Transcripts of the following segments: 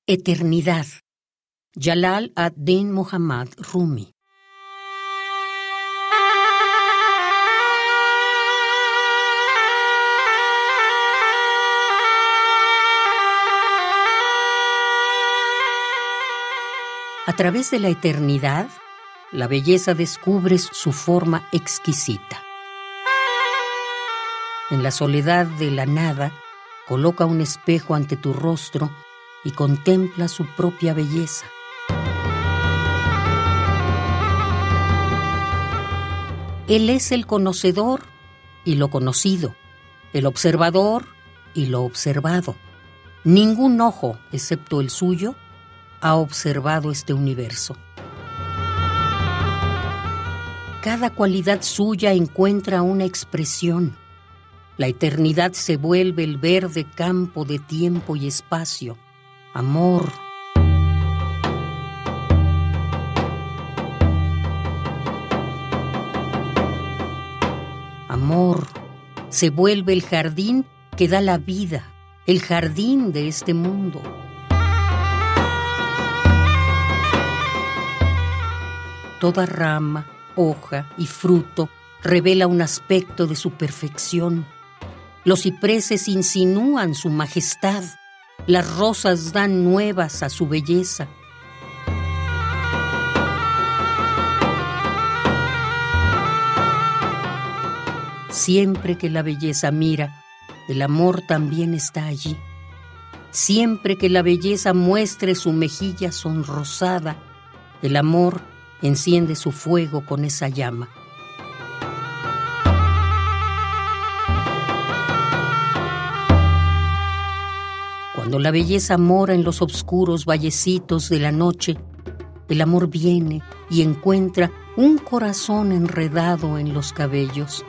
Eternidad. Jalal ad-Din Muhammad Rumi. A través de la eternidad, la belleza descubres su forma exquisita. En la soledad de la nada, coloca un espejo ante tu rostro y contempla su propia belleza. Él es el conocedor y lo conocido, el observador y lo observado. Ningún ojo, excepto el suyo, ha observado este universo. Cada cualidad suya encuentra una expresión. La eternidad se vuelve el verde campo de tiempo y espacio. Amor. Amor se vuelve el jardín que da la vida, el jardín de este mundo. Toda rama, hoja y fruto revela un aspecto de su perfección. Los cipreses insinúan su majestad, las rosas dan nuevas a su belleza. Siempre que la belleza mira, el amor también está allí. Siempre que la belleza muestre su mejilla sonrosada, el amor enciende su fuego con esa llama. Cuando la belleza mora en los oscuros vallecitos de la noche, el amor viene y encuentra un corazón enredado en los cabellos.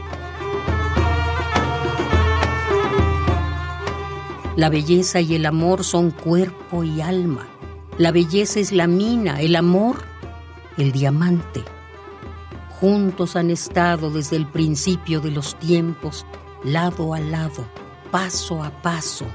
La belleza y el amor son cuerpo y alma. La belleza es la mina, el amor, el diamante. Juntos han estado desde el principio de los tiempos, lado a lado, paso a paso.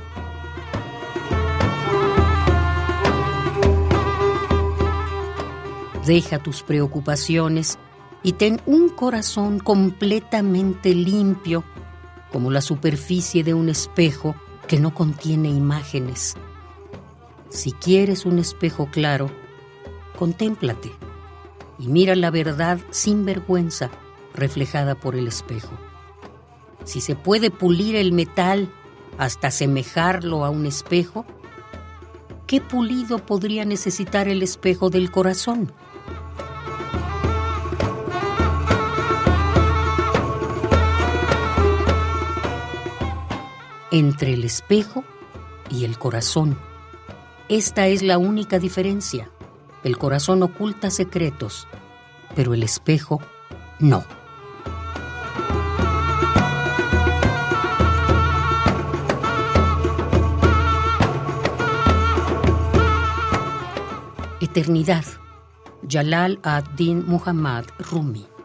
Deja tus preocupaciones y ten un corazón completamente limpio, como la superficie de un espejo que no contiene imágenes. Si quieres un espejo claro, contémplate y mira la verdad sin vergüenza reflejada por el espejo. Si se puede pulir el metal hasta asemejarlo a un espejo, ¿qué pulido podría necesitar el espejo del corazón? Entre el espejo y el corazón. Esta es la única diferencia. El corazón oculta secretos, pero el espejo no. Eternidad. Jalal ad-Din Muhammad Rumi.